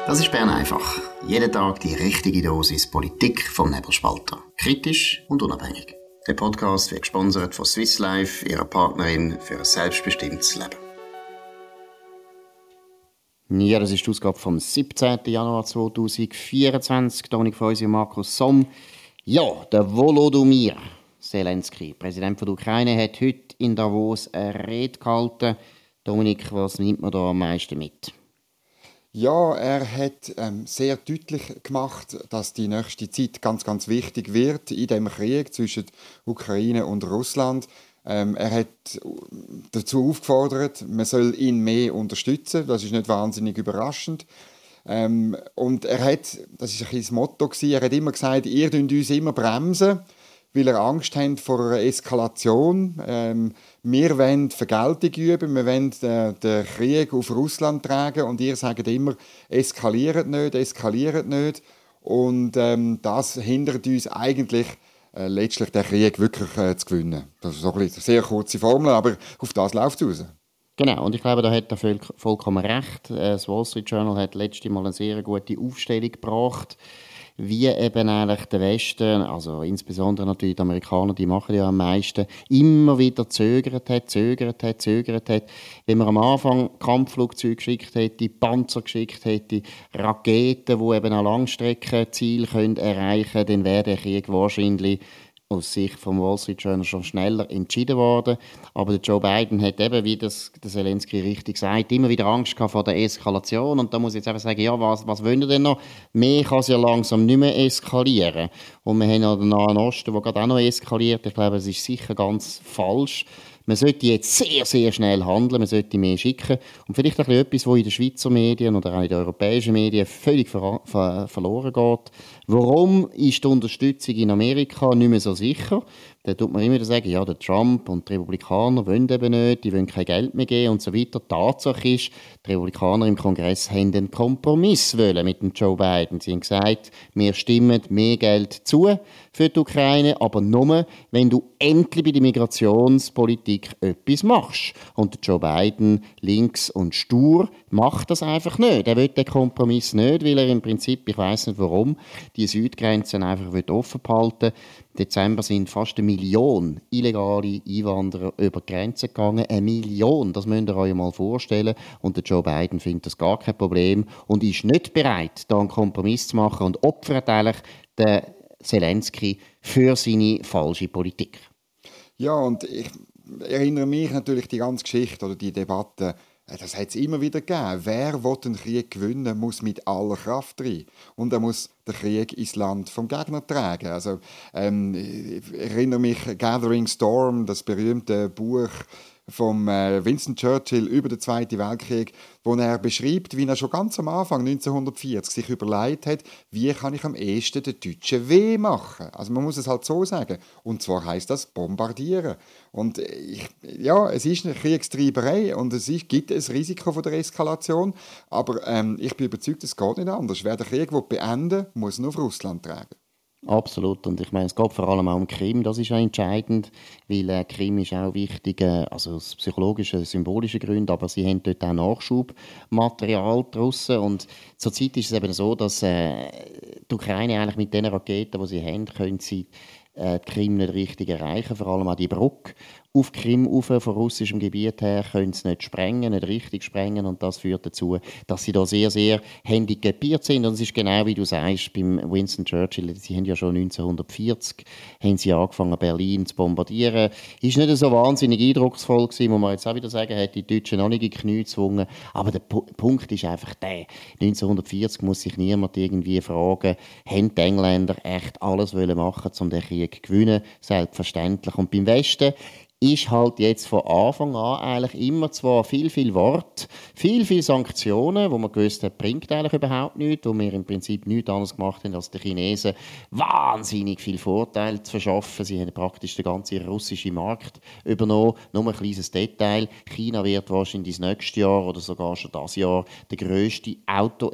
Das ist Bern einfach. Jeden Tag die richtige Dosis Politik vom Nebelspalter. Kritisch und unabhängig. Der Podcast wird gesponsert von Swiss Life, ihrer Partnerin für ein selbstbestimmtes Leben. Ja, das ist die Ausgabe vom 17. Januar 2024. Dominik Feusi und Markus Somm. Ja, der Volodymyr Zelensky, Präsident der Ukraine, hat heute in Davos eine Rede gehalten. Dominik, was nimmt man da am meisten mit? Ja, er hat sehr deutlich gemacht, dass die nächste Zeit ganz, ganz wichtig wird in dem Krieg zwischen Ukraine und Russland. Er hat dazu aufgefordert, man soll ihn mehr unterstützen. Das ist nicht wahnsinnig überraschend. Und er hat, das ist ein bisschen das Motto, er hat immer gesagt, ihr dürft uns immer bremsen, weil er Angst hat vor einer Eskalation. Wir wollen Vergeltung üben, wir wollen den Krieg auf Russland tragen und ihr sagt immer, eskaliert nicht. Und das hindert uns eigentlich, letztlich den Krieg wirklich zu gewinnen. Das ist so eine sehr kurze Formel, aber auf das läuft es raus. Genau, und ich glaube, da hat er vollkommen recht. Das Wall Street Journal hat letztes Mal eine sehr gute Aufstellung gebracht, wie eben eigentlich der Westen, also insbesondere natürlich die Amerikaner, die machen ja am meisten, immer wieder zögert hat. Wenn man am Anfang Kampfflugzeuge geschickt hätte, Panzer geschickt hätte, Raketen, die eben an Langstreckenziele erreichen können, dann wäre der Krieg wahrscheinlich aus Sicht vom Wall Street Journal schon schneller entschieden worden. Aber der Joe Biden hat eben, wie das der Zelensky richtig sagt, immer wieder Angst gehabt vor der Eskalation. Und da muss ich jetzt einfach sagen, ja, was wollen wir denn noch? Mehr kann es ja langsam nicht mehr eskalieren. Und wir haben ja den Nahen Osten, der gerade auch noch eskaliert. Ich glaube, es ist sicher ganz falsch. Man sollte jetzt sehr, sehr schnell handeln, man sollte mehr schicken. Und vielleicht etwas, was in den Schweizer Medien oder auch in den europäischen Medien völlig verloren geht. Warum ist die Unterstützung in Amerika nicht mehr so sicher? Da tut man immer wieder sagen, ja, der Trump und die Republikaner wollen eben nicht, die wollen kein Geld mehr geben und so weiter. Tatsache ist, die Republikaner im Kongress haben einen Kompromiss wollen mit dem Joe Biden. Sie haben gesagt, wir stimmen mehr Geld zu für die Ukraine, aber nur, wenn du endlich bei der Migrationspolitik etwas machst. Und der Joe Biden, links und stur, macht das einfach nicht. Er will den Kompromiss nicht, weil er im Prinzip, ich weiss nicht warum, die Südgrenzen einfach offen behalten will. Im Dezember sind fast 1 Million illegale Einwanderer über die Grenze gegangen. 1 Million, das müsst ihr euch mal vorstellen. Und der Joe Biden findet das gar kein Problem und ist nicht bereit, da einen Kompromiss zu machen und opfert eigentlich den Zelensky für seine falsche Politik. Ja, und ich erinnere mich natürlich die ganze Geschichte oder die Debatte. Das hat es immer wieder gegeben. Wer will den Krieg gewinnen, muss mit aller Kraft rein. Und er muss den Krieg ins Land vom Gegner tragen. Also, ich erinnere mich Gathering Storm, das berühmte Buch von Winston Churchill über den Zweiten Weltkrieg, wo er beschreibt, wie er schon ganz am Anfang 1940 sich überlegt hat, wie kann ich am ehesten den Deutschen weh machen. Also man muss es halt so sagen. Und zwar heisst das bombardieren. Und es ist eine Kriegstreiberei und gibt ein Risiko von der Eskalation, aber ich bin überzeugt, es geht nicht anders. Wer den Krieg beenden will, muss ihn auf Russland tragen. Absolut. Und ich meine, es geht vor allem auch um Krim. Das ist auch entscheidend, weil Krim ist auch wichtig, also aus psychologischen, symbolischen Gründen, aber sie haben dort auch Nachschubmaterial draussen. Und zurzeit ist es eben so, dass die Ukraine eigentlich mit den Raketen, die sie haben, können sie die Krim nicht richtig erreichen, vor allem auch die Brücke auf Krim rauf, von russischem Gebiet her, können sie nicht sprengen, nicht richtig sprengen und das führt dazu, dass sie da sehr, sehr handicapiert sind und es ist genau wie du sagst, beim Winston Churchill, sie haben ja schon 1940 haben sie angefangen, Berlin zu bombardieren. Ist nicht so wahnsinnig eindrucksvoll gewesen, muss man jetzt auch wieder sagen, hat die Deutschen noch nicht in die Knie gezwungen, aber der Punkt ist einfach der, 1940 muss sich niemand irgendwie fragen, haben die Engländer echt alles wollen machen, um den Krieg zu gewinnen? Selbstverständlich. Und beim Westen ist halt jetzt von Anfang an eigentlich immer zwar viel Wort, viel Sanktionen, wo man gewusst hat, bringt eigentlich überhaupt nichts, wo wir im Prinzip nichts anderes gemacht haben, als den Chinesen wahnsinnig viel Vorteil zu verschaffen. Sie haben praktisch den ganzen russischen Markt übernommen. Nur ein kleines Detail. China wird wahrscheinlich das nächste Jahr oder sogar schon das Jahr der grösste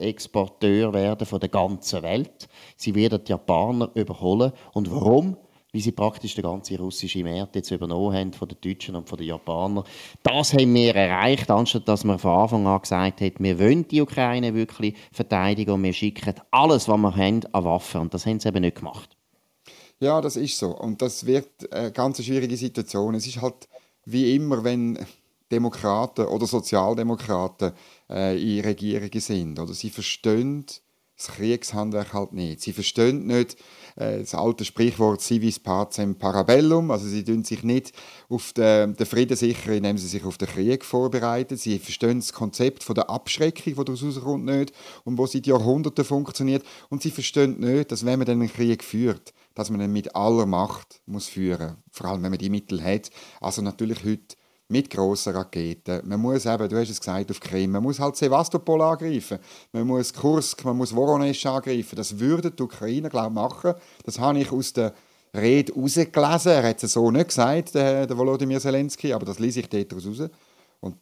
Autoexporteur werden von der ganzen Welt. Sie werden die Japaner überholen. Und warum? wie sie praktisch den ganzen russischen Markt jetzt übernommen haben von den Deutschen und von den Japanern. Das haben wir erreicht, anstatt dass wir von Anfang an gesagt haben, wir wollen die Ukraine wirklich verteidigen und wir schicken alles, was wir haben, an Waffen. Und das haben sie eben nicht gemacht. Ja, das ist so. Und das wird eine ganz schwierige Situation. Es ist halt wie immer, wenn Demokraten oder Sozialdemokraten in Regierungen sind. Oder sie verstehen das Kriegshandwerk halt nicht. Sie verstehen nicht das alte Sprichwort «Civis pacem parabellum», also sie tun sich nicht auf den Frieden sichern, indem sie sich auf den Krieg vorbereiten. Sie verstehen das Konzept von der Abschreckung, das daraus herauskommt, nicht und wo seit Jahrhunderten funktioniert. Und sie verstehen nicht, dass wenn man dann einen Krieg führt, dass man ihn mit aller Macht muss führen muss, vor allem wenn man die Mittel hat. Also natürlich heute mit grossen Raketen. Man muss eben, du hast es gesagt, auf Krim, man muss halt Sevastopol angreifen, man muss Kursk, man muss Voronezh angreifen. Das würden die Ukrainer, glaube ich, machen. Das habe ich aus der Rede herausgelesen. Er hat es so nicht gesagt, der Volodymyr Zelensky, aber das lese ich dort raus. Und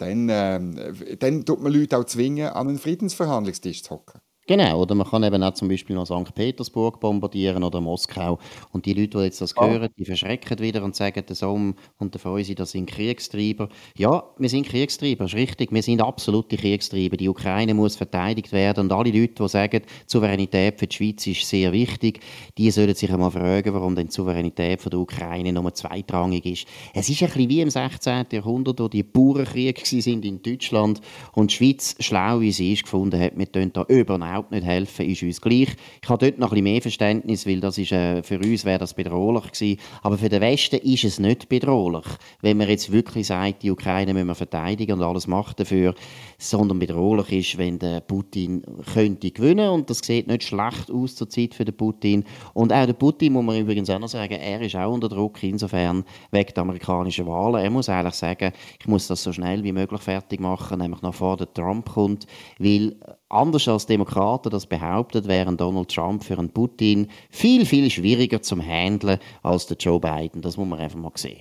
dann tut man Leute auch zwingen, an einen Friedensverhandlungstisch zu hocken. Genau, oder man kann eben auch zum Beispiel noch St. Petersburg bombardieren oder Moskau. Und die Leute, die jetzt das hören, die verschrecken wieder und sagen, der Sohn und der Feusi, das sind Kriegstreiber. Ja, wir sind Kriegstreiber, ist richtig. Wir sind absolute Kriegstreiber. Die Ukraine muss verteidigt werden. Und alle Leute, die sagen, die Souveränität für die Schweiz ist sehr wichtig, die sollen sich einmal fragen, warum denn die Souveränität von der Ukraine nur zweitrangig ist. Es ist ein bisschen wie im 16. Jahrhundert, wo die Bauernkriege waren in Deutschland und die Schweiz, schlau wie sie ist, gefunden hat, wir tun da überhaupt nicht helfen, ist uns gleich. Ich habe dort noch ein bisschen mehr Verständnis, weil das ist, für uns wäre das bedrohlich gewesen. Aber für den Westen ist es nicht bedrohlich, wenn man jetzt wirklich sagt, die Ukraine müssen wir verteidigen und alles macht dafür, sondern bedrohlich ist, wenn der Putin könnte gewinnen und das sieht nicht schlecht aus zur Zeit für den Putin. Und auch der Putin, muss man übrigens auch noch sagen, er ist auch unter Druck, insofern wegen der amerikanischen Wahlen. Er muss eigentlich sagen, ich muss das so schnell wie möglich fertig machen, nämlich noch bevor der Trump kommt, weil anders als Demokraten das behauptet, wäre Donald Trump für einen Putin viel, viel schwieriger zum Handeln als der Joe Biden. Das muss man einfach mal sehen.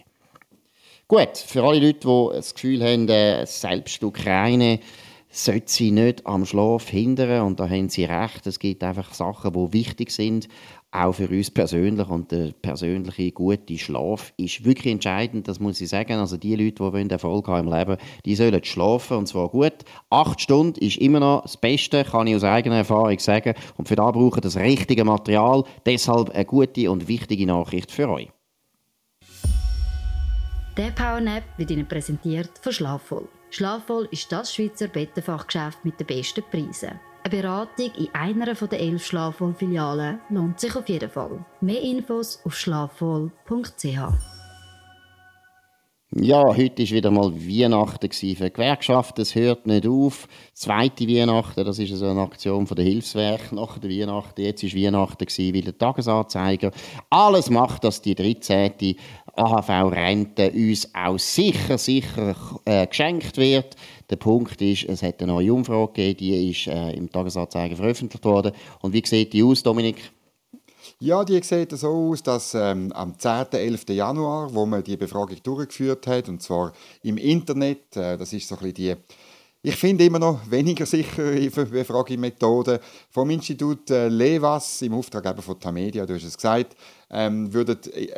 Gut, für alle Leute, die das Gefühl haben, selbst die Ukraine sollte sie nicht am Schlaf hindern, und da haben sie recht, es gibt einfach Sachen, die wichtig sind, auch für uns persönlich, und der persönliche gute Schlaf ist wirklich entscheidend, das muss ich sagen. Also die Leute, die Erfolg haben im Leben, die sollen schlafen, und zwar gut. 8 Stunden ist immer noch das Beste, kann ich aus eigener Erfahrung sagen, und für das brauchen das richtige Material, deshalb eine gute und wichtige Nachricht für euch. Der Powernap wird Ihnen präsentiert von Schlafvoll. Schlafvoll ist das Schweizer Bettenfachgeschäft mit den besten Preisen. Eine Beratung in einer der 11 Schlafvoll-Filialen lohnt sich auf jeden Fall. Mehr Infos auf schlafvoll.ch. Ja, heute war wieder mal Weihnachten für die Gewerkschaft. Es hört nicht auf. Zweite Weihnachten, das ist so eine Aktion von der Hilfswerk nach der Weihnachten. Jetzt war Weihnachten, weil der Tagesanzeiger alles macht, dass die 13. AHV-Rente uns auch sicher geschenkt wird. Der Punkt ist, es hat eine neue Umfrage gegeben, die ist im Tagesanzeiger veröffentlicht worden. Und wie sieht die aus, Dominik? Ja, die sieht so aus, dass am 10. 11. Januar, wo man die Befragung durchgeführt hat, und zwar im Internet, das ist so ein bisschen die, ich finde immer noch weniger sichere Befragungsmethode vom Institut Levas im Auftrag eben von Tamedia, du hast es gesagt, würden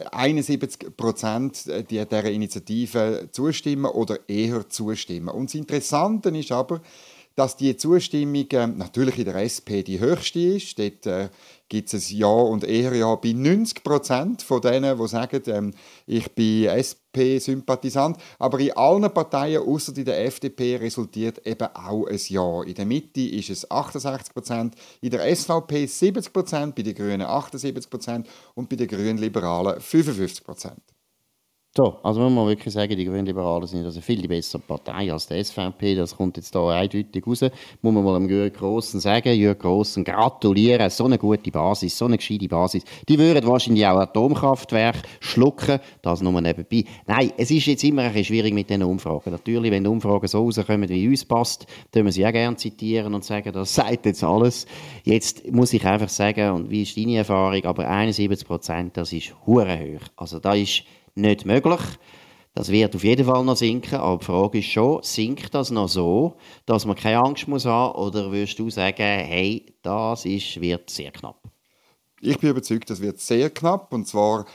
71% dieser Initiative zustimmen oder eher zustimmen. Und das Interessante ist aber, dass die Zustimmung natürlich in der SP die höchste ist. Dort gibt es ein Ja und eher Ja bei 90% von denen, die sagen, ich bin SP-Sympathisant. Aber in allen Parteien, außer in der FDP, resultiert eben auch ein Ja. In der Mitte ist es 68%, in der SVP 70%, bei den Grünen 78% und bei den Grünliberalen 55%. So, also muss man wirklich sagen, die Grünliberalen sind also viel die bessere Partei als die SVP. Das kommt jetzt hier eindeutig raus. Muss man mal dem Jürg Grossen sagen. Jürg Grossen gratulieren. So eine gute Basis, so eine gescheite Basis. Die würden wahrscheinlich auch Atomkraftwerke schlucken. Das nur nebenbei. Nein, es ist jetzt immer ein bisschen schwierig mit diesen Umfragen. Natürlich, wenn die Umfragen so rauskommen, wie uns passt, können wir sie auch gerne zitieren und sagen, das sagt jetzt alles. Jetzt muss ich einfach sagen, und wie ist deine Erfahrung, aber 71%, das ist hure hoch. Also da ist nicht möglich. Das wird auf jeden Fall noch sinken, aber die Frage ist schon, sinkt das noch so, dass man keine Angst muss haben, oder würdest du sagen, hey, wird sehr knapp? ich bin überzeugt, das wird sehr knapp. Und zwar,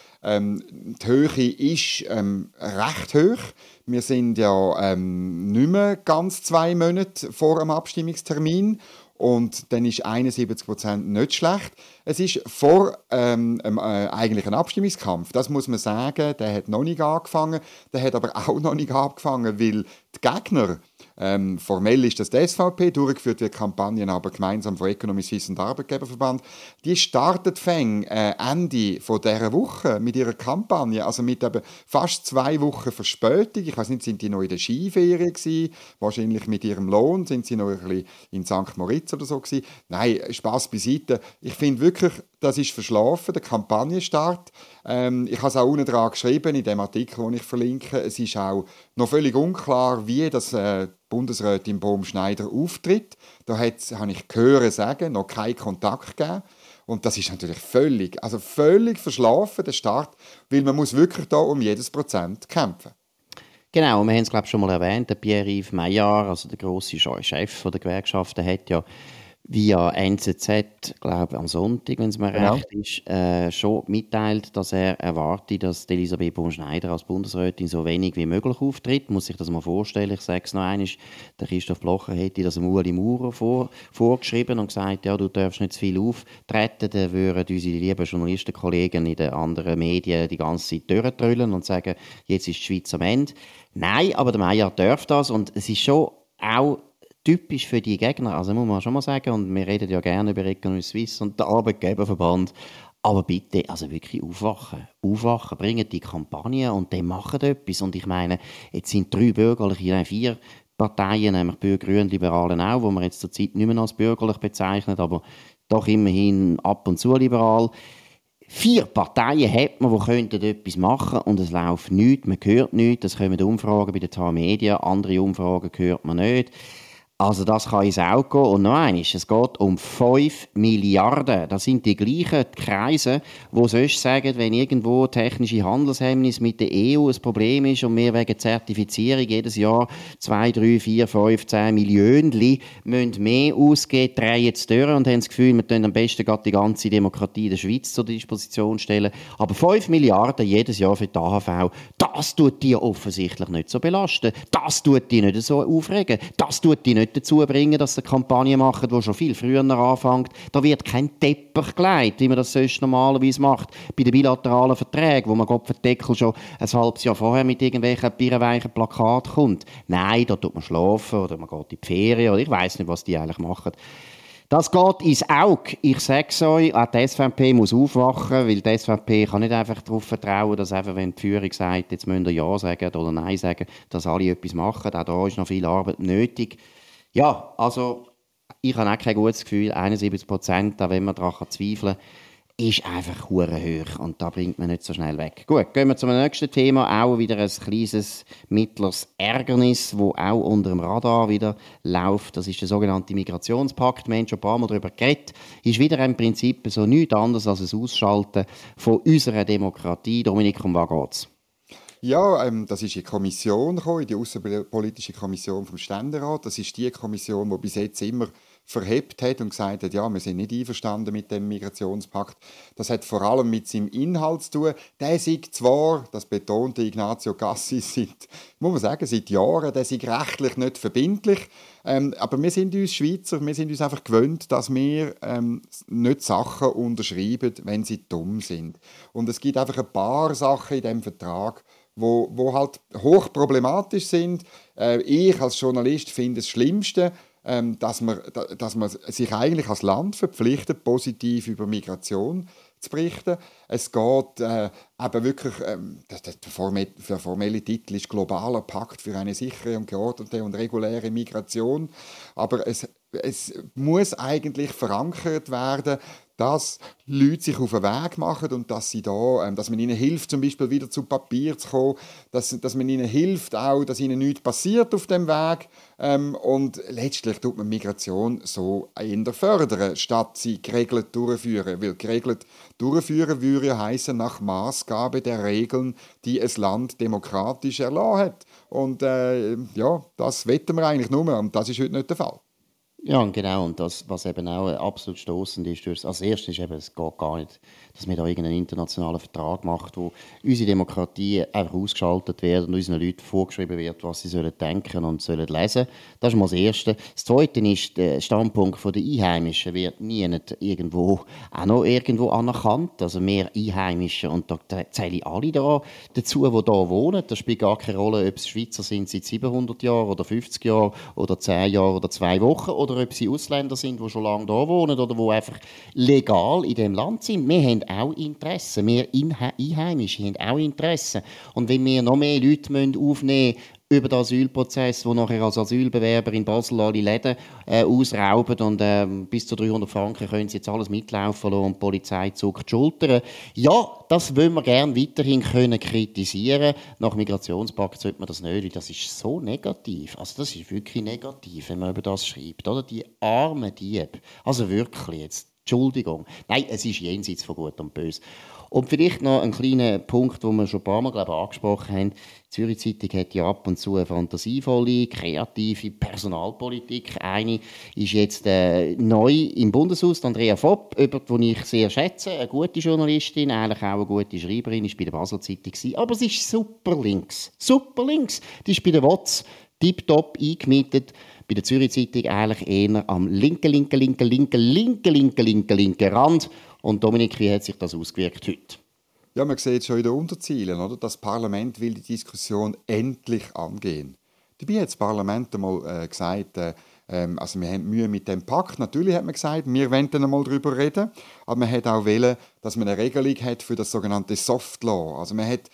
die Höhe ist recht hoch. Wir sind ja nicht mehr ganz 2 Monate vor dem Abstimmungstermin. Und dann ist 71% nicht schlecht. Es ist vor eigentlich ein Abstimmungskampf. Das muss man sagen. Der hat noch nicht angefangen. Der hat aber auch noch nicht angefangen, weil die Gegner, formell ist das die SVP, durchgeführt wird die Kampagne aber gemeinsam von Economy Suisse und Arbeitgeberverband, die startet Ende dieser Woche mit ihrer Kampagne, also mit eben fast 2 Wochen Verspätung. Ich weiß nicht, sind die noch in der Skiferie gewesen? Wahrscheinlich mit ihrem Lohn, sind sie noch ein bisschen in St. Moritz oder so gewesen? Nein, Spass beiseite. Ich finde wirklich, das ist verschlafen, der Kampagnenstart. Ich habe es auch unten dran geschrieben, in dem Artikel, den ich verlinke. Es ist auch noch völlig unklar, wie das Bundesrätin Bohm-Schneider auftritt. Da habe ich gehört sagen, noch keinen Kontakt gegeben. Und das ist natürlich völlig verschlafen, der Start, weil man muss wirklich da um jedes Prozent kämpfen. Genau, wir haben es glaube ich schon mal erwähnt, der Pierre-Yves Maillard, also der grosse Chef der Gewerkschaften, hat ja via NZZ, glaube ich, am Sonntag, wenn es mir recht ist, schon mitteilt, dass er erwartet, dass Elisabeth Bohm-Schneider als Bundesrätin so wenig wie möglich auftritt. Muss sich das mal vorstellen. Ich sage es noch einmal, der Christoph Blocher hätte das dem Ueli Maurer vorgeschrieben und gesagt, ja, du darfst nicht zu viel auftreten, dann würden unsere lieben Journalistenkollegen in den anderen Medien die ganze Zeit durchtrüllen und sagen, jetzt ist die Schweiz am Ende. Nein, aber der Maillard darf das und es ist schon auch typisch für die Gegner, also muss man schon mal sagen, und wir reden ja gerne über Economy Suisse und den Arbeitgeberverband, aber bitte, also wirklich aufwachen, bringen die Kampagne und dann machen etwas. Und ich meine, jetzt sind 3 bürgerliche, nein, 4 Parteien, nämlich Bürger, Grüne, Liberalen auch, wo man jetzt zur Zeit nicht mehr als bürgerlich bezeichnet, aber doch immerhin ab und zu liberal. 4 Parteien hat man, die etwas machen könnten und es läuft nichts, man hört nichts, es kommen Umfragen bei den TAR-Medien, andere Umfragen hört man nicht. Also das kann ins Auge gehen. Und noch eines, es geht um 5 Milliarden. Das sind die gleichen Kreise, die sonst sagen, wenn irgendwo technische Handelshemmnis mit der EU ein Problem ist und wir wegen Zertifizierung jedes Jahr 2, 3, 4, 5, 10 Millionen müssen mehr ausgeben, drehen jetzt durch und haben das Gefühl, wir können am besten gerade die ganze Demokratie der Schweiz zur Disposition stellen. Aber 5 Milliarden jedes Jahr für die AHV, das tut die offensichtlich nicht so belasten. Das tut die nicht so aufregen. Das tut die nicht dazu bringen, dass sie eine Kampagne machen, die schon viel früher anfängt. Da wird kein Teppich gelegt, wie man das sonst normalerweise macht. Bei den bilateralen Verträgen, wo man Gott verdeckel schon ein halbes Jahr vorher mit irgendwelchen birrenweichen Plakaten kommt. Nein, da tut man schlafen oder man geht in die Ferien oder ich weiss nicht, was die eigentlich machen. Das geht ins Auge. Ich sage es euch, auch die SVP muss aufwachen, weil die SVP kann nicht einfach darauf vertrauen, dass einfach, wenn die Führung sagt, jetzt müsst ihr Ja sagen oder Nein sagen, dass alle etwas machen. Auch da ist noch viel Arbeit nötig. Ja, also ich habe auch kein gutes Gefühl. 71%, auch wenn man daran zweifeln kann, ist einfach hure hoch und da bringt man nicht so schnell weg. Gut, gehen wir zum nächsten Thema. Auch wieder ein kleines, mittleres Ärgernis, das auch unter dem Radar wieder läuft. Das ist der sogenannte Migrationspakt. Wir haben schon ein paar Mal darüber geredet. Ist wieder im Prinzip so nichts anderes als ein Ausschalten von unserer Demokratie. Dominik, um was geht's? Ja, das ist in die Kommission gekommen, in die Außenpolitische Kommission vom Ständerat. Das ist die Kommission, die bis jetzt immer verhebt hat und gesagt hat, ja, wir sind nicht einverstanden mit dem Migrationspakt. Das hat vor allem mit seinem Inhalt zu tun. Der sei zwar, das betonte Ignazio Cassis, muss man sagen, seit Jahren, der sei rechtlich nicht verbindlich. Aber wir sind uns Schweizer, wir sind uns einfach gewöhnt, dass wir nicht Sachen unterschreiben, wenn sie dumm sind. Und es gibt einfach ein paar Sachen in diesem Vertrag, wo halt hochproblematisch sind. Ich als Journalist finde es Schlimmste, dass man sich eigentlich als Land verpflichtet, positiv über Migration zu berichten. Es geht eben wirklich, der formelle Titel ist «Globaler Pakt für eine sichere und geordnete und reguläre Migration». Aber es muss eigentlich verankert werden, dass Leute sich auf den Weg machen und dass man ihnen hilft, zum Beispiel wieder zu Papier zu kommen, dass man ihnen hilft auch, dass ihnen nichts passiert auf dem Weg. Und letztlich tut man Migration so eher fördern, statt sie geregelt durchführen. Weil geregelt durchführen würde ja heissen, nach Maßgabe der Regeln, die ein Land demokratisch erlassen hat. Und das wollen wir eigentlich nur, und das ist heute nicht der Fall. Ja, genau. Und das, was eben auch absolut stossend ist, als erstes ist eben, es geht gar nicht, dass man da irgendeinen internationalen Vertrag macht, wo unsere Demokratie einfach ausgeschaltet wird und unseren Leuten vorgeschrieben wird, was sie sollen denken und sollen lesen. Das ist mal das Erste. Das Zweite ist, der Standpunkt der Einheimischen wird nie nicht irgendwo, auch noch irgendwo anerkannt. Also wir Einheimischen, und da zähle ich alle da dazu, die da wohnen. Das spielt gar keine Rolle, ob es Schweizer sind seit 700 Jahren oder 50 Jahren oder 10 Jahren oder 2 Wochen oder ob sie Ausländer sind, die schon lange da wohnen oder die einfach legal in dem Land sind. Wir haben auch Interessen. Wir Einheimische haben auch Interessen. Und wenn wir noch mehr Leute aufnehmen müssen, über den Asylprozess, wo nachher als Asylbewerber in Basel alle Läden ausrauben und bis zu 300 Franken können sie jetzt alles mitlaufen lassen und die Polizei zuckt die Schultern. Ja, das wollen wir gerne weiterhin können kritisieren. Nach Migrationspakt sollte man das nicht, weil das ist so negativ. Also das ist wirklich negativ, wenn man über das schreibt. Oder? Die armen Diebe. Also wirklich jetzt. Entschuldigung. Nein, es ist jenseits von Gut und Böse. Und vielleicht noch ein kleiner Punkt, den wir schon ein paar Mal angesprochen haben. Die Zürich Zeitung hat ja ab und zu eine fantasievolle, kreative Personalpolitik. Eine ist jetzt neu im Bundeshaus, Andrea Vopp, die ich sehr schätze. Eine gute Journalistin, eigentlich auch eine gute Schreiberin, ist bei der Basel Zeitung gewesen. Aber sie ist super links. Super links. Die ist bei der WOTS tiptop eingemietet. Bei der Zürich Zeitung eigentlich eher am linken Rand. Und Dominik, wie hat sich das ausgewirkt heute? Ja, man sieht es schon in den Unterzielen, oder? Das Parlament will die Diskussion endlich angehen. Dabei hat das Parlament einmal gesagt, also wir haben Mühe mit dem Pakt. Natürlich hat man gesagt, wir wollen dann einmal darüber reden. Aber man hat auch wollen, dass man eine Regelung hat für das sogenannte Soft Law. Also man hat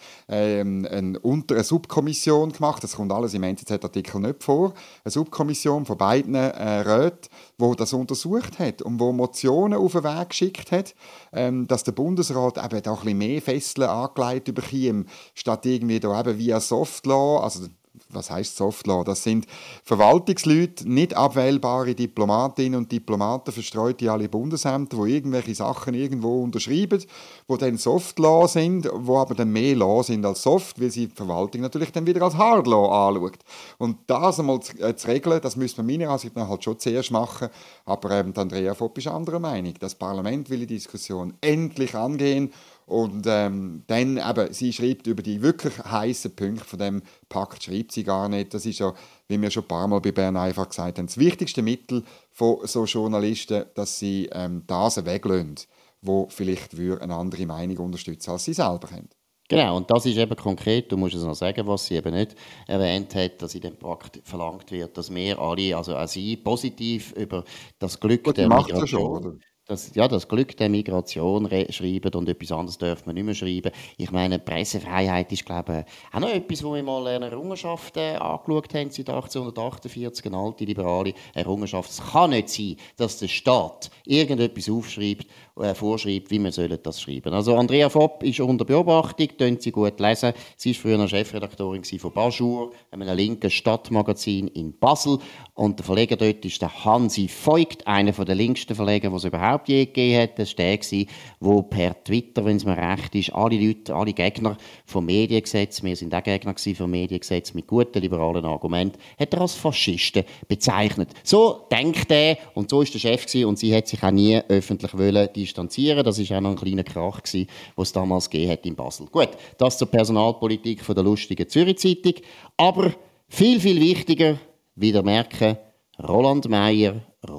eine Subkommission gemacht, das kommt alles im NZZ-Artikel nicht vor, eine Subkommission von beiden Räten, die das untersucht hat und die Motionen auf den Weg geschickt hat, dass der Bundesrat eben da ein bisschen mehr Fesseln angelegt bekommt, statt irgendwie da eben via Soft Law, also was heisst Soft Law? Das sind Verwaltungsleute, nicht abwählbare Diplomatinnen und Diplomaten, verstreut in alle Bundesämter, die irgendwelche Sachen irgendwo unterschreiben, die dann Soft Law sind, die aber dann mehr Law sind als Soft, weil sie die Verwaltung natürlich dann wieder als Hard Law anschaut. Und das einmal zu regeln, das müsste man meiner Ansicht nach halt schon zuerst machen, aber Andrea Vopp ist anderer Meinung. Das Parlament will die Diskussion endlich angehen. Und dann eben, sie schreibt über die wirklich heißen Punkte von dem Pakt, schreibt sie gar nicht. Das ist ja, wie wir schon ein paar Mal bei Bern einfach gesagt haben, das wichtigste Mittel von so Journalisten, dass sie das weglassen, wo vielleicht eine andere Meinung unterstützen, als sie selber haben. Genau, und das ist eben konkret, du musst es noch sagen, was sie eben nicht erwähnt hat, dass in dem Pakt verlangt wird, dass wir alle, also auch sie, positiv über das Glück der Migration... Das Glück der Migration schreiben und etwas anderes dürfen wir nicht mehr schreiben. Ich meine, Pressefreiheit ist, glaube ich, auch noch etwas, wo wir mal eine Errungenschaft angeschaut haben seit 1848, eine alte liberale Errungenschaft. Es kann nicht sein, dass der Staat irgendetwas vorschreibt, wie wir das schreiben. Also Andrea Vopp ist unter Beobachtung, können Sie gut lesen. Sie war früher Chefredaktorin von Bajour, einem linken Stadtmagazin in Basel. Und der Verleger dort ist der Hansi Voigt, einer der linksten Verleger, die es überhaupt je gegeben hat. Das war der, der per Twitter, wenn es mir recht ist, alle Leute, alle Gegner vom Mediengesetz, wir sind auch Gegner vom Mediengesetz mit guten liberalen Argumenten, hat er als Faschisten bezeichnet. So denkt er und so ist der Chef gewesen, und sie hat sich auch nie öffentlich distanzieren. Das war auch noch ein kleiner Krach, den es damals gegeben hat in Basel. Gut, das zur Personalpolitik von der lustigen Zürich Zeitung. Aber viel, viel wichtiger, wieder merken, Roland Meier,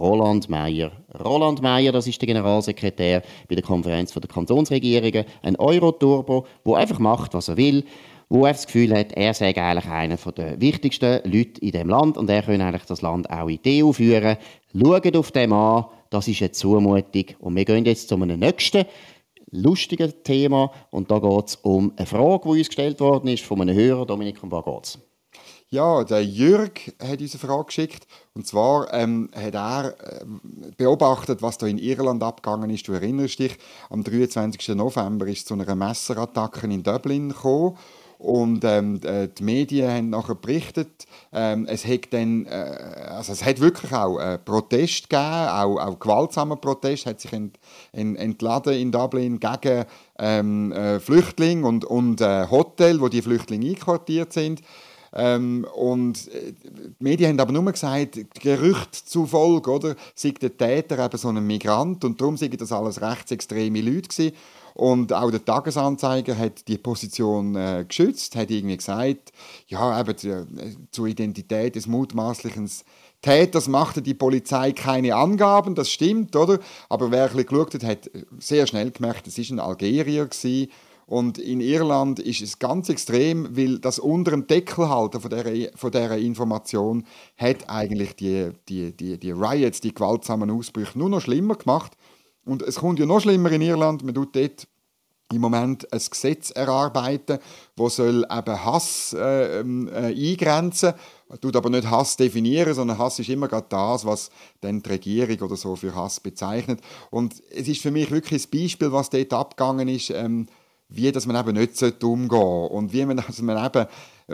das ist der Generalsekretär bei der Konferenz der Kantonsregierungen, ein Euro-Turbo, der einfach macht, was er will, wo er das Gefühl hat, er sei eigentlich einer der wichtigsten Leute in diesem Land und er könne eigentlich das Land auch in die EU führen. Schaut auf den an, das ist eine Zumutung. Und wir gehen jetzt zu einem nächsten lustigen Thema und da geht es um eine Frage, die uns gestellt worden ist von einem Hörer. Dominik, um was geht's? Ja, der Jürg hat uns eine Frage geschickt. Und zwar hat er beobachtet, was da in Irland abgegangen ist. Du erinnerst dich, am 23. November ist es zu einer Messerattacke in Dublin gekommen. Und die Medien haben nachher berichtet, es hat wirklich auch Protest gegeben, auch gewaltsamer Protest, hat sich entladen in Dublin gegen Flüchtlinge und Hotel, wo die Flüchtlinge einquartiert sind. Die Medien haben aber nur gesagt, Gerücht zufolge, oder, sei der Täter eben so ein Migrant und darum seien das alles rechtsextreme Leute gewesen. Und auch der Tagesanzeiger hat die Position geschützt, hat irgendwie gesagt, ja, eben zur Identität des mutmaßlichen Täters machte die Polizei keine Angaben, das stimmt, oder? Aber wer ein bisschen geschaut hat, hat sehr schnell gemerkt, es war ein Algerier gewesen. Und in Irland ist es ganz extrem, weil das unter dem Deckel halten von dieser Information hat eigentlich die Riots, die gewaltsamen Ausbrüche nur noch schlimmer gemacht. Und es kommt ja noch schlimmer in Irland. Man tut dort im Moment ein Gesetz erarbeiten, das soll eben Hass eingrenzen soll. Tut aber nicht Hass definieren, sondern Hass ist immer gerade das, was dann die Regierung oder so für Hass bezeichnet. Und es ist für mich wirklich ein Beispiel, was dort abgegangen ist, wie dass man eben nicht umgehen sollte und wie man, dass man eben,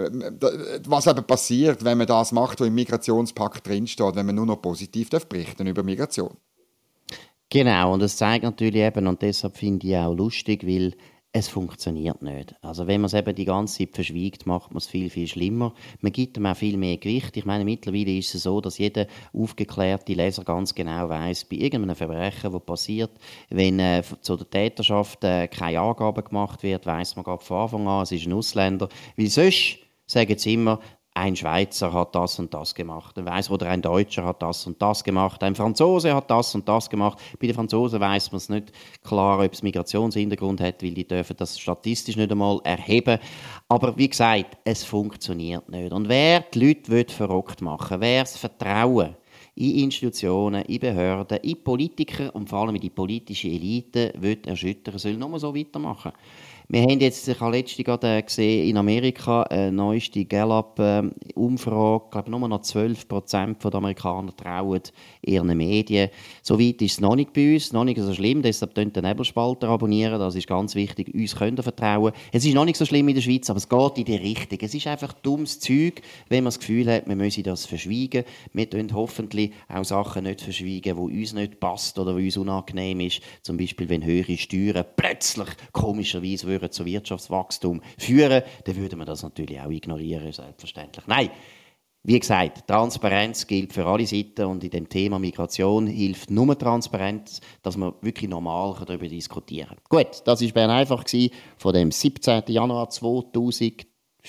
was eben passiert, wenn man das macht, was im Migrationspakt drinsteht, wenn man nur noch positiv berichten über Migration. Genau, und das zeigt natürlich eben, und deshalb finde ich auch lustig, weil es funktioniert nicht. Also wenn man es eben die ganze Zeit verschweigt, macht man es viel, viel schlimmer. Man gibt ihm auch viel mehr Gewicht. Ich meine, mittlerweile ist es so, dass jeder aufgeklärte Leser ganz genau weiss, bei irgendeinem Verbrechen, das passiert, wenn zu der Täterschaft keine Angaben gemacht wird, weiss man gerade von Anfang an, es ist ein Ausländer. Weil sonst sagen sie immer, ein Schweizer hat das und das gemacht, oder ein Deutscher hat das und das gemacht, ein Franzose hat das und das gemacht. Bei den Franzosen weiss man es nicht klar, ob es Migrationshintergrund hat, weil die dürfen das statistisch nicht einmal erheben. Aber wie gesagt, es funktioniert nicht. Und wer die Leute verrückt machen will, wer das Vertrauen in Institutionen, in Behörden, in Politiker und vor allem in die politische Elite erschüttern, soll nur so weitermachen. Wir haben jetzt, ich habe letztens gerade gesehen, in Amerika eine neueste Gallup-Umfrage, ich glaube, nur noch 12% der Amerikaner trauen ihren Medien. So weit ist es noch nicht bei uns, noch nicht so schlimm, deshalb könnt ihr den Nebelspalter abonnieren, das ist ganz wichtig, uns könnt ihr vertrauen. Es ist noch nicht so schlimm in der Schweiz, aber es geht in die Richtung. Es ist einfach dummes Zeug, wenn man das Gefühl hat, wir müssen das verschweigen. Wir tun hoffentlich auch Sachen nicht verschweigen, die uns nicht passt oder die uns unangenehm ist. Zum Beispiel, wenn höhere Steuern plötzlich komischerweise zu Wirtschaftswachstum führen, dann würde man das natürlich auch ignorieren, selbstverständlich. Nein, wie gesagt, Transparenz gilt für alle Seiten und in dem Thema Migration hilft nur Transparenz, dass man wirklich normal darüber diskutieren kann. Gut, das war Bern einfach von dem 17. Januar 2024.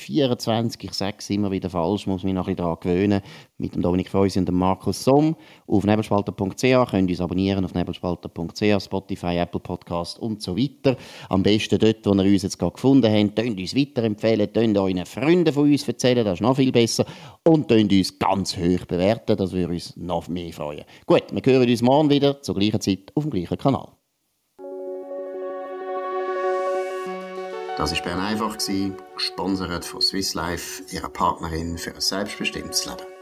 Ich sage es immer wieder falsch, muss mich noch ein bisschen daran gewöhnen. Mit dem Dominik Feusi und dem Markus Somm auf nebelspalter.ch. Könnt ihr uns abonnieren auf nebelspalter.ch, Spotify, Apple Podcast und so weiter. Am besten dort, wo ihr uns jetzt gerade gefunden habt, könnt uns weiterempfehlen, könnt euren Freunden von uns erzählen, das ist noch viel besser. Und könnt uns ganz hoch bewerten, das würde uns noch mehr freuen. Gut, wir hören uns morgen wieder zur gleichen Zeit auf dem gleichen Kanal. Das war Bern einfach, gesponsert von Swiss Life, ihrer Partnerin für ein selbstbestimmtes Leben.